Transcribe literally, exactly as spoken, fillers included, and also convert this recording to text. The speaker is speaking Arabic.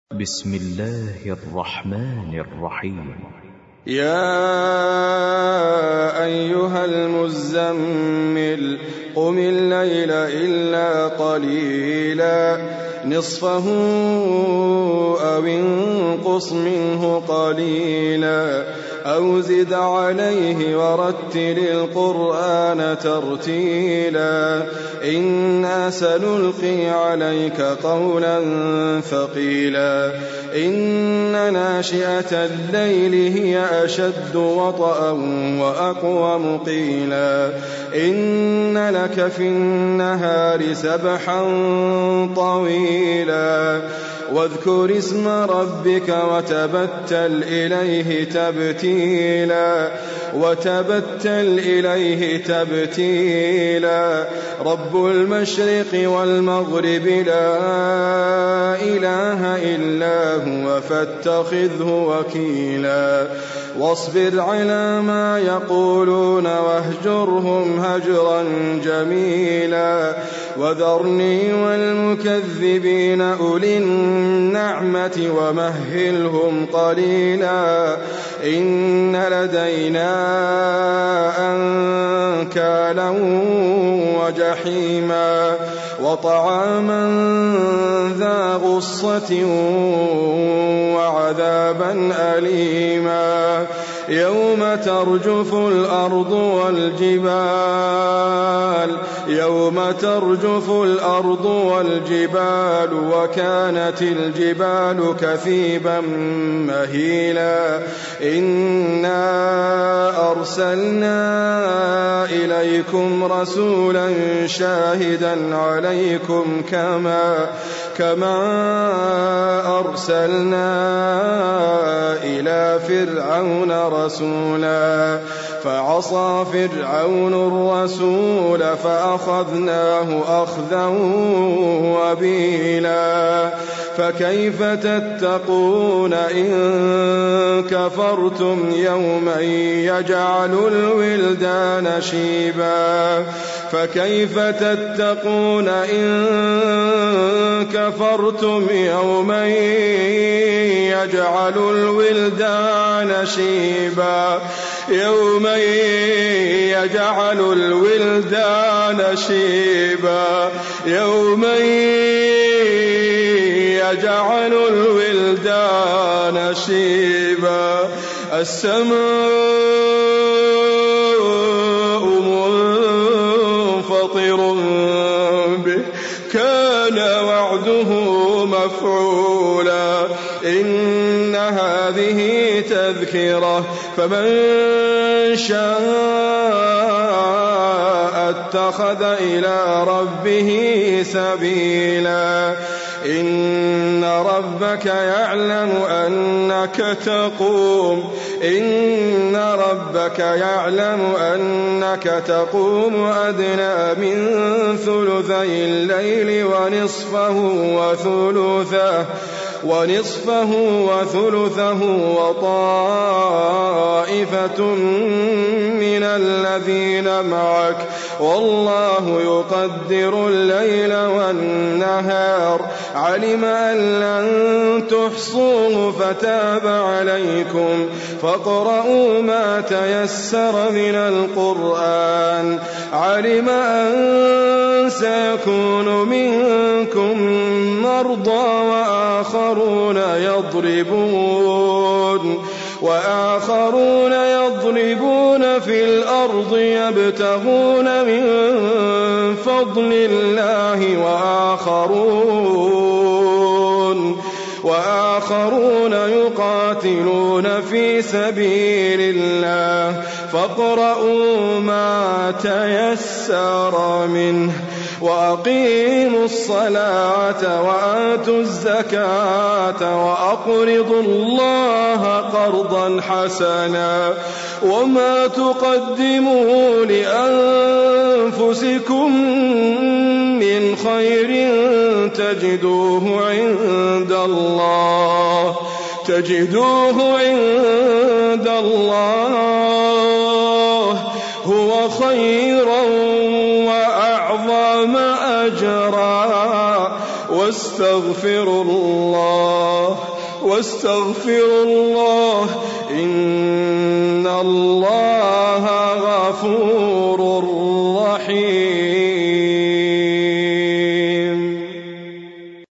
بسم الله الرحمن الرحيم. يا أيها المزمل قم الليل إلا قليلا نصفه أو انقص منه قليلا أو زد عليه ورتل القرآن ترتيلا إنا سنلقي عليك قولا ثقيلا إن ناشئة الليل هي أشد وطئا وأقوم قيلا إن لك في النهار سبحا طويلا واذكر اسم ربك وتبتل إليه تبتيلا وتبتل إليه تبتيلا رب المشرق والمغرب لا إله إلا هو فاتخذه وكيلا واصبر على ما يقولون واهجرهم هجرا جميلا وذرني والمكذبين أولي النعمة ومهلهم قليلا إن لدينا أنكالا وجحيما وطعاما ذا غصة وعذابا أليما يوم ترجف الأرض والجبال يوم ترجف الأرض والجبال وكانت الجبال كثيبا مهيلا إنا أرسلنا إليكم رسولا شاهدا عليكم كما كما أرسلنا إلى فرعون رسولا فعصى فرعون الرسول فأخذناه أخذا وبيلا فكيف تتقون إن كفرتم يوما يجعل الولدان شيبا فكيف تتقون إن كفرتم يوما يجعل الولدان شيبا يوما يجعل الولدان شيبا يوما يجعل الولدان شيبا السماء منفطر به كان وعده مفعولا إن هذه تذكرة فمن شاء اتخذ إلى ربه سبيلا إن ربك يعلم أنك تقوم إن ربك يعلم أنك تقوم أدنى من ثلثي الليل ونصفه وثلثه ونصفه وثلثه وطائفة من الذين معك والله يقدر الليل والنهار علم أن لن تحصوه فتاب عليكم فاقرؤوا ما تيسر من القرآن علم أن سيكون منكم مرضى وآخرون يضربون وآخرون يضربون في الأرض يبتغون من فضل الله وآخرون وآخرون يقاتلون في سبيل الله فاقرؤوا ما تيسر منه وأقيموا الصلاة وآتوا الزكاة وأقرضوا الله قرضا حسنا وما تقدموا لأنفسكم من خير تجدوه عند الله تجدوه عند الله هو خيرا وأعظم أجرا واستغفروا الله واستغفروا الله إن الله غفور